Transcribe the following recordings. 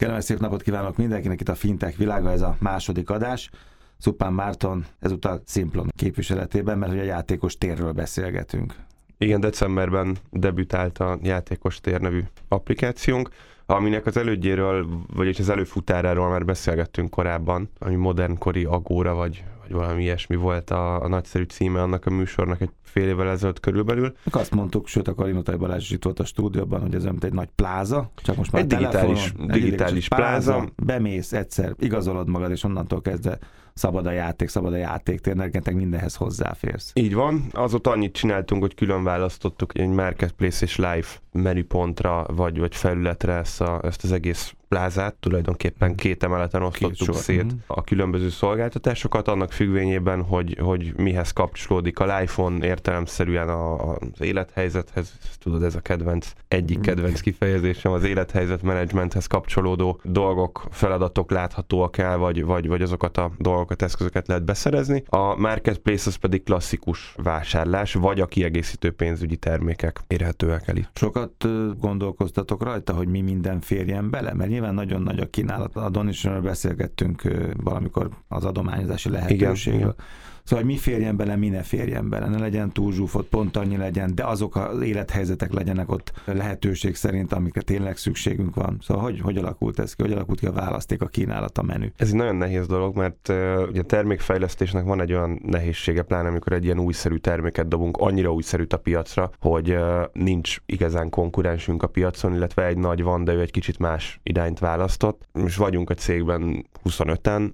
Kellemes szép napot kívánok mindenkinek, itt a Fintech világa, ez a második adás. Szupán Márton ezúttal Simplon képviseletében, mert hogy a játékos térről beszélgetünk. Igen, decemberben debütált a Játékos tér nevű applikációnk, aminek az elődjéről, vagyis az előfutáráról már beszélgettünk korábban, ami modernkori agóra, vagy valami ilyesmi volt a nagyszerű címe annak a műsornak egy fél évvel ezelőtt körülbelül. Azt mondtuk, sőt a Karinotay Balázs is itt volt a stúdióban, hogy ez olyan, mint egy nagy pláza, csak most már egy digitális pláza. Bemész egyszer, igazolod magad, és onnantól kezdve szabad a játéktér, rengeteg mindenhez hozzáférsz. Így van, azóta annyit csináltunk, hogy külön választottuk egy Marketplace és Live menüpontra, vagy felületre ezt az egész plázát, tulajdonképpen két emeleten osztottuk szét a különböző szolgáltatásokat, annak függvényében, hogy mihez kapcsolódik a Live-on értelemszerűen az élethelyzethez, tudod, ez a egyik kedvenc kifejezésem, az élethelyzet menedzsmenthez kapcsolódó dolgok, feladatok láthatóak el, vagy azokat a dolgokat, eszközöket lehet beszerezni. A Marketplace az pedig klasszikus vásárlás, vagy a kiegészítő pénzügyi termékek érhetőek el itt. Sokat gondolkoztatok rajta, hogy mi minden férjen bele? Mert nyilván nagyon nagy a kínálat. A Donation-ről beszélgettünk valamikor az adományozási lehetőségről. Szóval, hogy mi férjen bele, mi ne férjen bele. Ne legyen túl zsúfolt, pont annyi legyen, de azok az élethelyzetek legyenek ott lehetőség szerint, amikre tényleg szükségünk van. Szóval, hogy alakult ez ki? Hogy alakult ki a választék, a kínálat, a menü? Ez egy nagyon nehéz dolog, mert ugye a termékfejlesztésnek van egy olyan nehézsége, pláne amikor egy ilyen újszerű terméket dobunk, annyira újszerűt a piacra, hogy nincs igazán konkurensünk a piacon, illetve egy nagy van, de ő egy kicsit más irányt választott. Most vagyunk a cégben 25-en,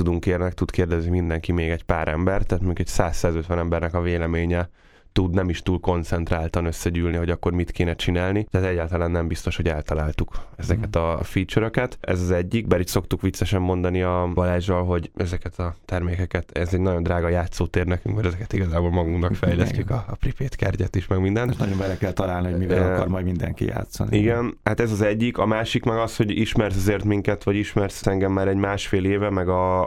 tud kérdezni mindenki, még egy pár ember, tehát mondjuk egy 100-150 embernek a véleménye tud nem is túl koncentráltan összegyűlni, hogy akkor mit kéne csinálni. Tehát egyáltalán nem biztos, hogy eltaláltuk ezeket a feature-öket. Ez az egyik, bár itt szoktuk viccesen mondani a Balázsral, hogy ezeket a termékeket, ez egy nagyon drága játszótér nekünk, mert ezeket igazából magunknak fejlesztjük, a prepaid kártyát is, meg minden. És nagyon bele kell találni, hogy mivel akar majd mindenki játszani. Igen, hát ez az egyik. A másik meg az, hogy ismersz azért minket, vagy ismersz engem már egy másfél éve, meg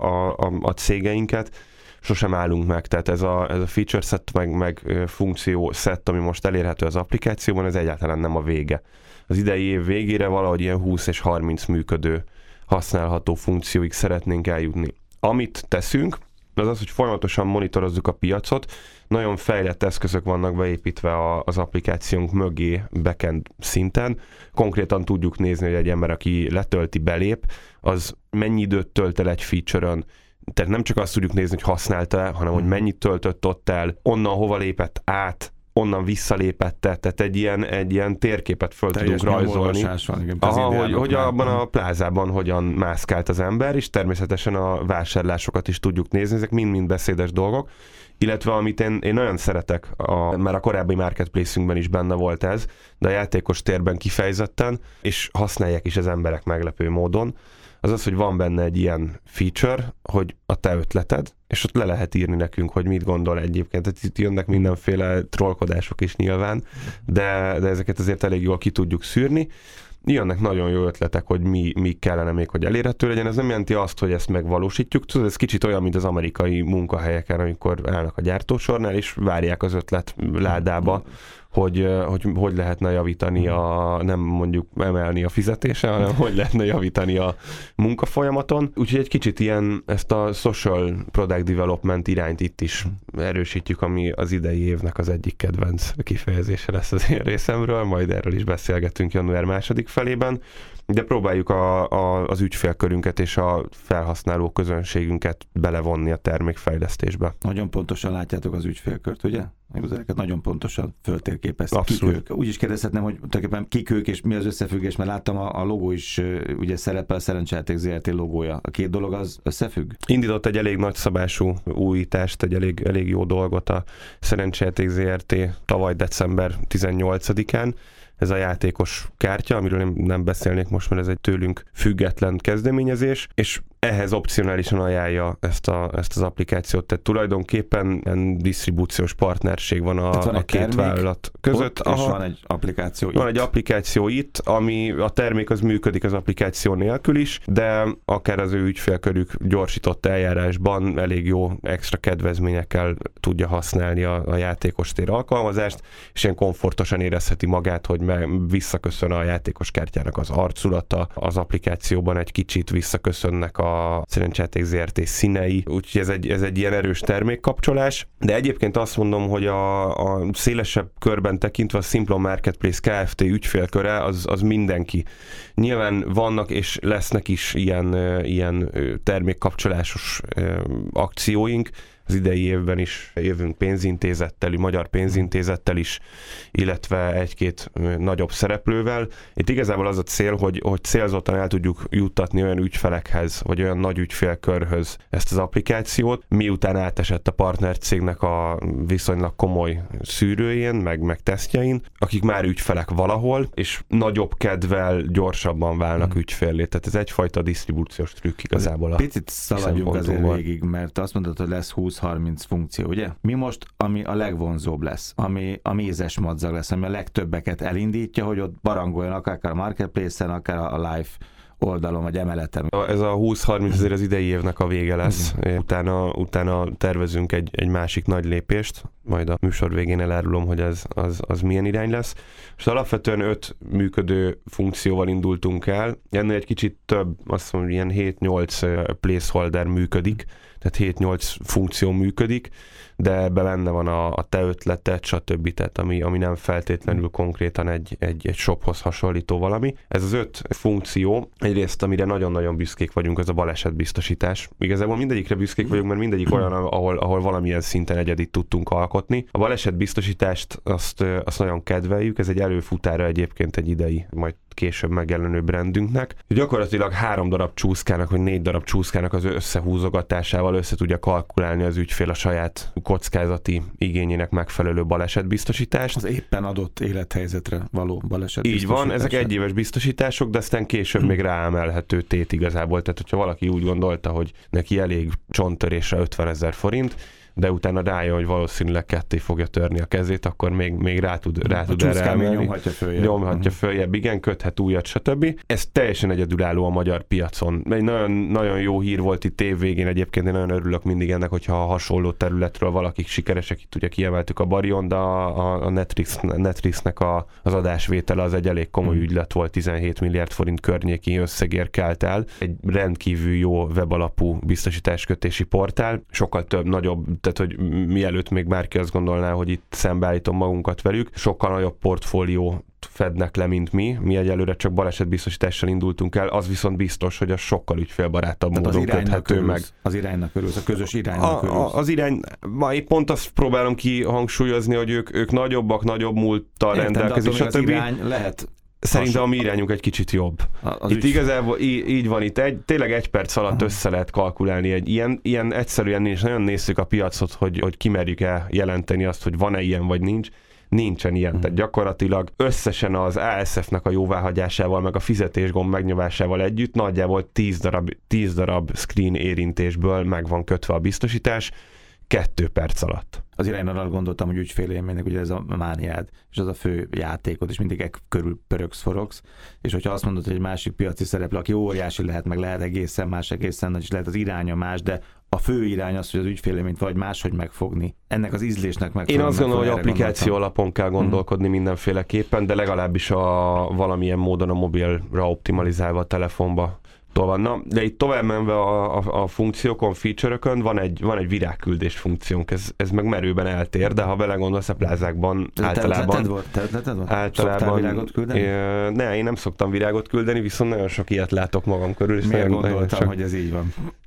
a cégeinket, sosem állunk meg, tehát ez a feature set, meg funkció set, ami most elérhető az applikációban, ez egyáltalán nem a vége. Az idei év végére valahogy ilyen 20 és 30 működő, használható funkcióig szeretnénk eljutni. Amit teszünk, az, hogy folyamatosan monitorozzuk a piacot, nagyon fejlett eszközök vannak beépítve az applikációnk mögé backend szinten. Konkrétan tudjuk nézni, hogy egy ember, aki letölti, belép, az mennyi időt tölt el egy feature-ön. Tehát nem csak azt tudjuk nézni, hogy használta, hanem hogy mennyit töltött ott el, onnan hova lépett át, onnan visszalépette, tehát egy ilyen térképet föl tudunk rajzolni. Hogy abban a plázában hogyan mászkált az ember, és természetesen a vásárlásokat is tudjuk nézni, ezek mind-mind beszédes dolgok. Illetve amit én nagyon szeretek, már a korábbi marketplace-ünkben is benne volt ez, de a játékos térben kifejezetten, és használják is az emberek meglepő módon, az, hogy van benne egy ilyen feature, hogy a te ötleted, és ott le lehet írni nekünk, hogy mit gondol egyébként. Tehát itt jönnek mindenféle trollkodások is nyilván, de ezeket azért elég jól ki tudjuk szűrni. Jönnek nagyon jó ötletek, hogy mi kellene még, hogy elérhető legyen. Ez nem jelenti azt, hogy ezt megvalósítjuk. Tudod, ez kicsit olyan, mint az amerikai munkahelyeken, amikor állnak a gyártósornál, és várják az ötlet ládába, hogy lehetne javítani nem mondjuk emelni a fizetése, hanem hogy lehetne javítani a munkafolyamaton. Úgyhogy egy kicsit ezt a social product development irányt itt is erősítjük, ami az idei évnek az egyik kedvenc kifejezése lesz az én részemről, majd erről is beszélgetünk január második felében, de próbáljuk az ügyfélkörünket és a felhasználó közönségünket belevonni a termékfejlesztésbe. Nagyon pontosan látjátok az ügyfélkört, ugye? Ezeket nagyon pontosan föltérképeztek. Kik ők. Úgy is kérdezhetném, hogy tulajdonképpen kik ők és mi az összefüggés, mert láttam a logó is, ugye szerepel a Szerencsejáték ZRT logója. A két dolog az összefügg? Indított egy elég nagyszabású újítást, egy elég jó dolgot a Szerencsejáték ZRT tavaly december 18-án. Ez a játékos kártya, amiről nem beszélnék most, mert ez egy tőlünk független kezdeményezés, és ehhez opcionálisan ajánlja ezt az applikációt. Tehát tulajdonképpen disztribúciós partnerség van a két vállalat között. És van egy applikáció itt. Van egy applikáció itt, ami a termék az működik az applikáció nélkül is, de akár az ő ügyfélkörük gyorsított eljárásban elég jó extra kedvezményekkel tudja használni a játékostér alkalmazást, és ilyen komfortosan érezheti magát, hogy visszaköszön a játékos kártyának az arculata, az applikációban egy kicsit visszaköszönnek a Szerencsejáték Zrt. Színei, úgyhogy ez egy ilyen erős termékkapcsolás, de egyébként azt mondom, hogy a szélesebb körben tekintve a Simplon Marketplace Kft. Ügyfélköre az mindenki. Nyilván vannak és lesznek is ilyen termékkapcsolásos akcióink. Az idei évben is jövünk magyar pénzintézettel is, illetve egy-két nagyobb szereplővel. Itt igazából az a cél, hogy célzottan el tudjuk juttatni olyan ügyfelekhez, vagy olyan nagy ügyfélkörhöz ezt az applikációt, miután átesett a partnercégnek a viszonylag komoly szűrőjén, meg tesztjein, akik már ügyfelek valahol, és nagyobb kedvel gyorsabban válnak ügyféllé. Tehát ez egyfajta disztribúciós trükk igazából. Picit szaladjunk azért végig, mert azt mondod, hogy lesz 20-30 funkció, ugye? Mi most, ami a legvonzóbb lesz, ami a mézes madzag lesz, ami a legtöbbeket elindítja, hogy ott barangoljanak akár a Marketplace-en, akár a live oldalon, vagy emeleten. Ez a 20-30 azért az idei évnek a vége lesz. Utána tervezünk egy másik nagy lépést, majd a műsor végén elárulom, hogy az milyen irány lesz. És alapvetően 5 működő funkcióval indultunk el. Ennél egy kicsit több, azt mondom, ilyen 7-8 placeholder működik, tehát 7-8 funkció működik, de ebben benne van a te ötleted, stb. Tehát ami nem feltétlenül konkrétan egy shophoz hasonlító valami. Ez az 5 funkció, egyrészt amire nagyon-nagyon büszkék vagyunk, az a balesetbiztosítás. Igazából mindegyikre büszkék vagyunk, mert mindegyik olyan, ahol valamilyen szinten egyedit tudtunk alkotni. A balesetbiztosítást azt nagyon kedveljük, ez egy előfutára egyébként egy idei, majd később megjelenő brandünknek. Gyakorlatilag 3 darab csúszkának, vagy 4 darab csúszkának az összehúzogatásával össze tudja kalkulálni az ügyfél a saját kockázati igényének megfelelő balesetbiztosítást. Az éppen adott élethelyzetre való balesetbiztosítás. Így van, ezek egyéves biztosítások, de aztán később még ráemelhető tét igazából. Tehát, hogyha valaki úgy gondolta, hogy neki elég csonttörésre 50 000 forint, de utána rájön, hogy valószínűleg ketté fogja törni a kezét, akkor még rá tud erre emelni. Nyomhatja följebb, igen, köthet újat, stb. Ez teljesen egyedülálló a magyar piacon. Egy nagyon, nagyon jó hír volt itt évvégén, egyébként én nagyon örülök mindig ennek, hogyha a hasonló területről valakik sikeresek, itt ugye kiemeltük a Barion, de a Netrixnek az adásvétele az egy elég komoly ügylet volt, 17 milliárd forint környéki összegért kelt el. Egy rendkívül jó webalapú biztosításkötési portál, sokkal több, nagyobb, tehát hogy mielőtt még bárki azt gondolná, hogy itt szembeállítom magunkat velük, sokkal nagyobb portfólió fednek le, mint mi. Mi egyelőre csak balesetbiztosítással indultunk el, az viszont biztos, hogy az sokkal ügyfélbarátabb módon köthető meg. Az iránynak örülsz, a közös iránynak örülsz. Az irány, épp pont azt próbálom kihangsúlyozni, hogy ők nagyobbak, nagyobb múlttal rendelkezik, stb. Az irány lehet. Szerintem a mi irányunk egy kicsit jobb. Itt igazából így van, itt tényleg 1 perc alatt össze lehet kalkulálni egy ilyen egyszerűen, és nagyon nézzük a piacot, hogy kimerjük-e jelenteni azt, hogy van-e ilyen vagy nincs. Nincsen ilyen, tehát gyakorlatilag összesen az ASF-nek a jóváhagyásával, meg a fizetésgomb megnyomásával együtt nagyjából 10 darab screen érintésből meg van kötve a biztosítás 2 perc alatt. Az irányban arra gondoltam, hogy ügyfélélménynek ugye ez a mániád, és az a fő játékod, és mindig körül pörögsz-forogsz, és hogyha azt mondod, hogy egy másik piaci szereplő, aki óriási lehet, meg lehet egészen más, egészen nagy, és lehet az iránya más, de a fő irány az, hogy az ügyfélélményt vagy máshogy megfogni. Ennek az ízlésnek megfelelően. Én azt gondolom, hogy applikáció alapon kell gondolkodni mindenféleképpen, de legalábbis valamilyen módon a mobilra optimalizálva a telefonba. Na, de itt tovább menve a funkciókon, feature-ökön van egy virágküldés funkciónk, ez meg merőben eltér, de ha belegondolsz, a plázákban általában... Szoktál virágot küldeni? Ne, én nem szoktam virágot küldeni, viszont nagyon sok ilyet látok magam körül. És miért gondoltam, hogy ez így van?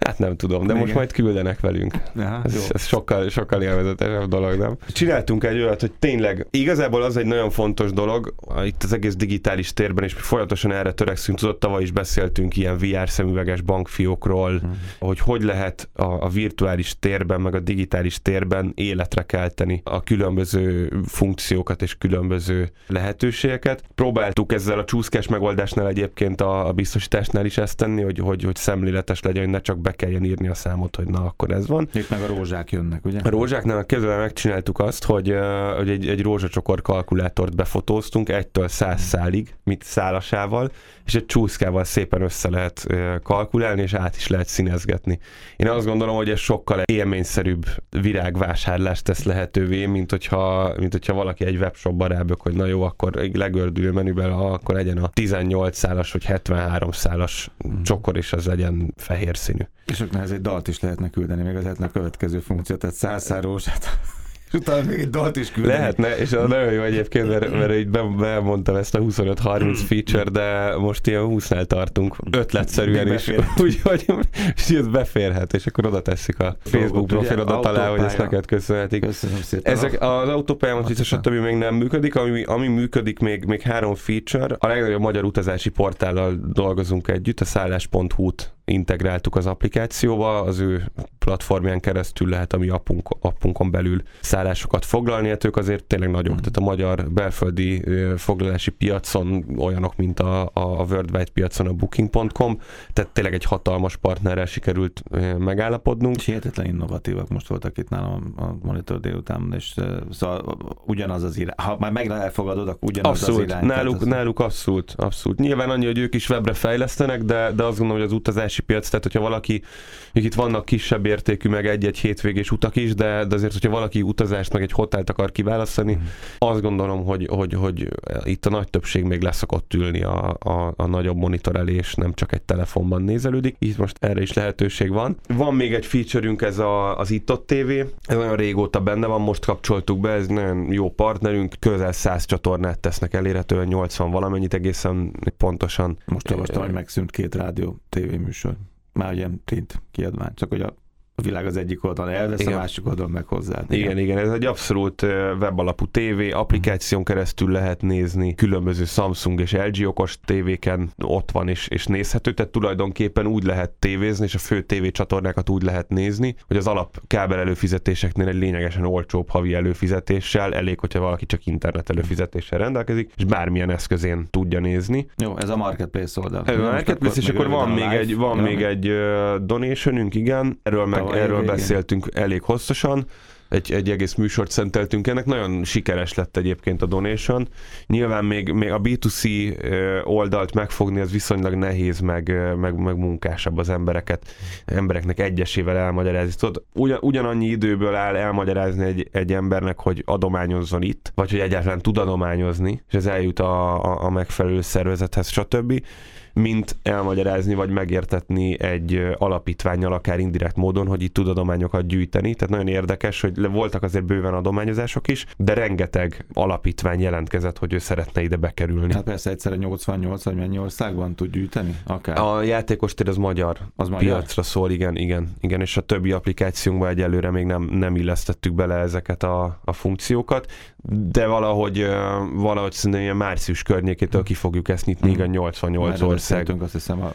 Hát nem tudom, de most majd küldenek velünk. Ez sokkal élvezetesebb dolog, nem? Csináltunk egy olyat, hogy tényleg igazából az egy nagyon fontos dolog, itt az egész digitális térben, és folyamatosan erre törekszünk, tudod, tavaly is beszéltünk ilyen VR szemüveges bankfiókról, hogy lehet a virtuális térben, meg a digitális térben életre kelteni a különböző funkciókat és különböző lehetőségeket. Próbáltuk ezzel a csúszkás megoldásnál egyébként a biztosításnál is ezt tenni, hogy szemléletes legyen, hogy ne csak be kelljen írni a számot, hogy na, akkor ez van. Itt meg a rózsák jönnek, ugye? A rózsáknál kezdve megcsináltuk azt, hogy egy rózsacsokor kalkulátort befotóztunk 1-től 100 szálig, mit szálasával, és egy csúszkával szépen össze lehet kalkulálni, és át is lehet színezgetni. Én azt gondolom, hogy ez sokkal élményszerűbb virágvásárlást tesz lehetővé, mint hogyha valaki egy webshopba rábök, hogy na jó, akkor egy legördülő menüben, akkor legyen a 18 szálas vagy 73 szálas csokor, és az legyen fehér színű. És akkor ez egy dalt is lehetne küldeni, még az lehetne a következő funkció, tehát 100 rózsát. És utána még egy dalt is küldeni. Lehetne, és az nagyon jó egyébként, mert így bemondtam ezt a 25-30 feature, de most ilyen 20-nál tartunk, ötletszerűen is, úgyhogy ez beférhet, és akkor oda teszik a Facebook profilodat alá, hogy ezt neked köszönhetik. Köszönöm szépen. Ezek az autópályán most stb. Még nem működik, ami működik még 3 feature. A legnagyobb magyar utazási portállal dolgozunk együtt, a szállás.hu-t integráltuk az applikációba, az ő platformján keresztül lehet a mi appunkon belül szállásokat foglalni, hát ők azért tényleg nagyok, tehát a magyar belföldi foglalási piacon olyanok, mint a worldwide piacon a booking.com, tehát tényleg egy hatalmas partnerrel sikerült megállapodnunk. És hihetetlen innovatívak most voltak itt nálam a Monitor délután, és szóval ugyanaz az irány. Ha már meg elfogadod, akkor ugyanaz abszolút, az irány. Náluk abszolút. Nyilván annyi, hogy ők is webre fejlesztenek, de azt gondolom, hogy az utazási piac, tehát hogyha valaki, itt vannak kisebb értékű, meg egy-egy hétvégés utak is, de azért, hogyha valaki utazást, meg egy hotelt akar kiválasztani, azt gondolom, hogy itt a nagy többség még leszokott ülni a nagyobb monitor elé, és nem csak egy telefonban nézelődik. Itt most erre is lehetőség van. Van még egy feature-ünk, ez az Itt-Ott TV. Ez nagyon régóta benne van, most kapcsoltuk be, ez nagyon jó partnerünk, közel 100 csatornát tesznek elérhetően, 80 valamennyit egészen pontosan. Most olvastam, hogy megszűnt 2 rádió tévéműsor. Már ugye print kiadvány, csak hogy a világ az egyik oldalon elvesz, igen. A másik oldalon meg hozzá. Igen, ez egy abszolút webalapú tévé, applikáción keresztül lehet nézni, különböző Samsung és LG okos tévéken ott van és nézhető, tehát tulajdonképpen úgy lehet tévézni, és a fő tévécsatornákat úgy lehet nézni, hogy az alap kábel előfizetéseknél egy lényegesen olcsóbb havi előfizetéssel, elég, hogyha valaki csak internet előfizetéssel rendelkezik, és bármilyen eszközén tudja nézni. Jó, ez a Marketplace oldal. Ez a Marketplace, és akkor van még egy donationünk, igen, erről beszéltünk elég hosszasan, egy egész műsort szenteltünk ennek, nagyon sikeres lett egyébként a donation. Nyilván még a B2C oldalt megfogni, az viszonylag nehéz, meg munkásabb az embereknek egyesével elmagyarázni. Tudod, ugyanannyi időből áll elmagyarázni egy embernek, hogy adományozzon itt, vagy hogy egyáltalán tud adományozni, és ez eljut a megfelelő szervezethez, stb., mint elmagyarázni vagy megértetni egy alapítvánnyal akár indirekt módon, hogy itt tud adományokat gyűjteni. Tehát nagyon érdekes, hogy voltak azért bőven adományozások is, de rengeteg alapítvány jelentkezett, hogy ő szeretne ide bekerülni. Hát persze egyszerre 88 vagy mennyi országban tud gyűjteni? Akár. A játékostér az magyar piacra szól, igen, és a többi applikációnkban egyelőre még nem illesztettük bele ezeket a funkciókat, de valahogy szerintem ilyen március környékétől ki fogjuk ezt nyitni, igen, 88 ország azt hiszem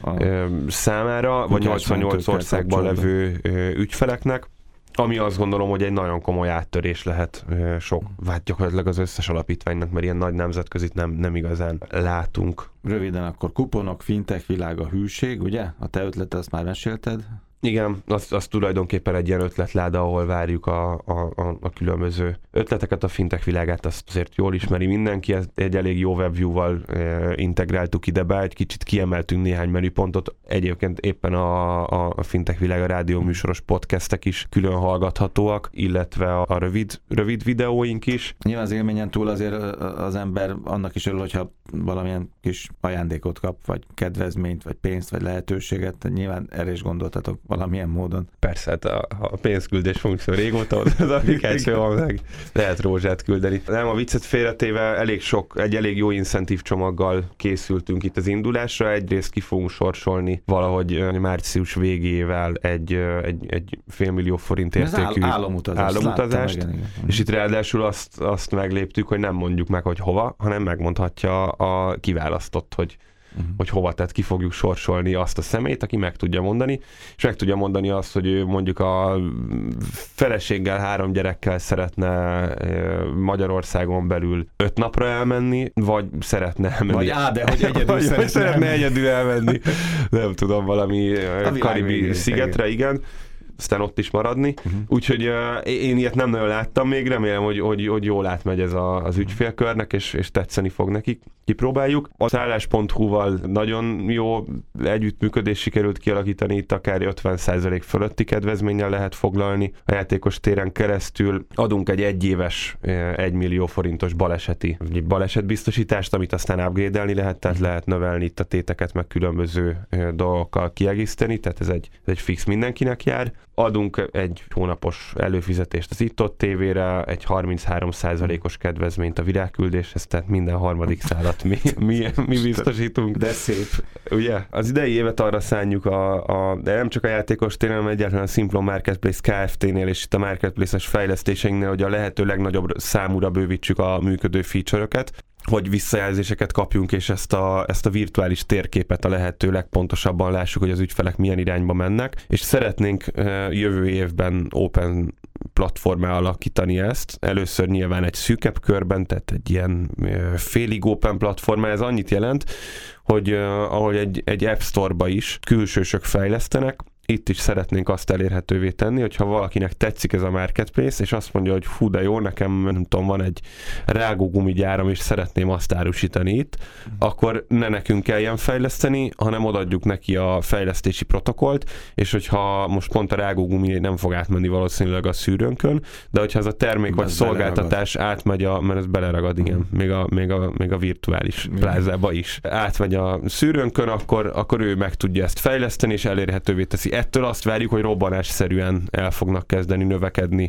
számára, vagy 88 országban levő ügyfeleknek, ami azt gondolom, hogy egy nagyon komoly áttörés lehet vagy gyakorlatilag az összes alapítványnak, mert ilyen nagy nemzetközit nem igazán látunk. Röviden akkor kuponok, fintech világa, hűség, ugye? A te ötleted, azt már mesélted. Igen, az tulajdonképpen egy ilyen ötletláda, ahol várjuk a különböző ötleteket, a fintech világát, azt azért jól ismeri mindenki, egy elég jó webview-val integráltuk ide be, egy kicsit kiemeltünk néhány menüpontot, egyébként éppen a fintech világa rádióműsoros podcastek is külön hallgathatóak, illetve a rövid videóink is. Nyilván az élményen túl azért az ember annak is örül, hogyha valamilyen kis ajándékot kap, vagy kedvezményt, vagy pénzt, vagy lehetőséget, nyilván erre is gondoltatok valamilyen módon. Persze, hát a pénzküldés funkció régóta az applikáció van, meg lehet rózsát küldeni. Nem, a viccet félretéve egy elég jó incentív csomaggal készültünk itt az indulásra. Egyrészt ki fogunk sorsolni valahogy március végével egy $500 000 értékű álomutazás. És itt ráadásul azt megléptük, hogy nem mondjuk meg, hogy hova, hanem megmondhatja a kiválasztott, hogy hova, tehát ki fogjuk sorsolni azt a személyt, aki meg tudja mondani, és meg tudja mondani azt, hogy ő mondjuk a feleséggel, 3 gyerekkel szeretne Magyarországon belül 5 napra elmenni, vagy szeretne elmenni. De hogy egyedül szeretne egyedül elmenni. Nem tudom, valami karibi szigetre, igen. Aztán ott is maradni. Úgyhogy én ilyet nem nagyon láttam még, remélem, hogy jól átmegy ez az ügyfélkörnek, és tetszeni fog nekik. Kipróbáljuk. A szállás.hu-val nagyon jó együttműködés sikerült kialakítani, itt akár 50% fölötti kedvezménnyel lehet foglalni. A játékos téren keresztül adunk egy 1 éves $1 millió balesetbiztosítást, amit aztán upgrade-elni lehet, tehát lehet növelni itt a téteket, meg különböző dolgokkal kiegészíteni, tehát ez egy fix mindenkinek jár. Adunk egy hónapos előfizetést az Itt-Ott tévére, egy 33%-os kedvezményt a virágküldéshez, tehát minden harmadik szállat mi biztosítunk. De szép. Ugye? Az idei évet arra szánjuk, de nem csak a játékos téren, hanem egyáltalán a Simplon Marketplace Kft-nél és itt a Marketplace-es fejlesztéseinknél, hogy a lehető legnagyobb számúra bővítsük a működő feature-öket, hogy visszajelzéseket kapjunk, és ezt a virtuális térképet a lehető legpontosabban lássuk, hogy az ügyfelek milyen irányba mennek, és szeretnénk jövő évben open platformá alakítani ezt. Először nyilván egy szűkebb körben, tehát egy ilyen félig open platformá. Ez annyit jelent, hogy ahogy egy App Store-ba is külsősök fejlesztenek, itt is szeretnénk azt elérhetővé tenni, hogyha valakinek tetszik ez a marketplace, és azt mondja, hogy hú, de jó, nekem nem tudom, van egy rágógumigyáram, és szeretném azt árusítani itt, akkor ne nekünk kelljen fejleszteni, hanem odaadjuk neki a fejlesztési protokollt, és hogyha most pont a rágógumi nem fog átmenni valószínűleg a szűrőnkön, de hogyha ez a termék vagy szolgáltatás átmegy mert ez beleragad, igen, még a virtuális plázába is. Átmegy a szűrőnkön, akkor ő meg tudja ezt fejleszteni, és elérhetővé teszi. Ettől azt várjuk, hogy robbanásszerűen el fognak kezdeni növekedni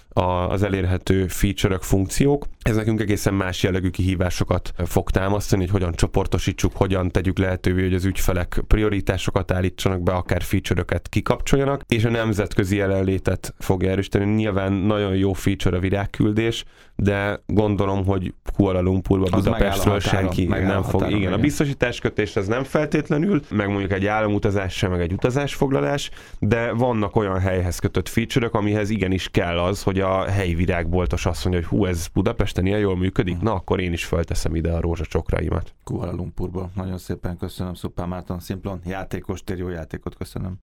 az elérhető feature-ök, funkciók. Ez nekünk egészen más jellegű kihívásokat fog támasztani, hogy hogyan csoportosítsuk, hogyan tegyük lehetővé, hogy az ügyfelek prioritásokat állítsanak be, akár feature-öket kikapcsoljanak, és a nemzetközi jelenlétet fogja erősíteni. Nyilván nagyon jó feature a virágküldés, de gondolom, hogy Kuala Lumpurba, Budapestről senki nem fog. Igen, a biztosításkötés ez nem feltétlenül, meg mondjuk egy álomutazás sem, meg egy utazásfoglalás, de vannak olyan helyhez kötött feature-ök, amihez igenis kell az, hogy a helyi virágboltos azt mondja, hogy hú, ez Budapesten ilyen jól működik, na akkor én is felteszem ide a rózsacsokraimat. Kuala Lumpurba. Nagyon szépen köszönöm, Szupán Márton, Simplon játékos tér, jó játékot köszönöm.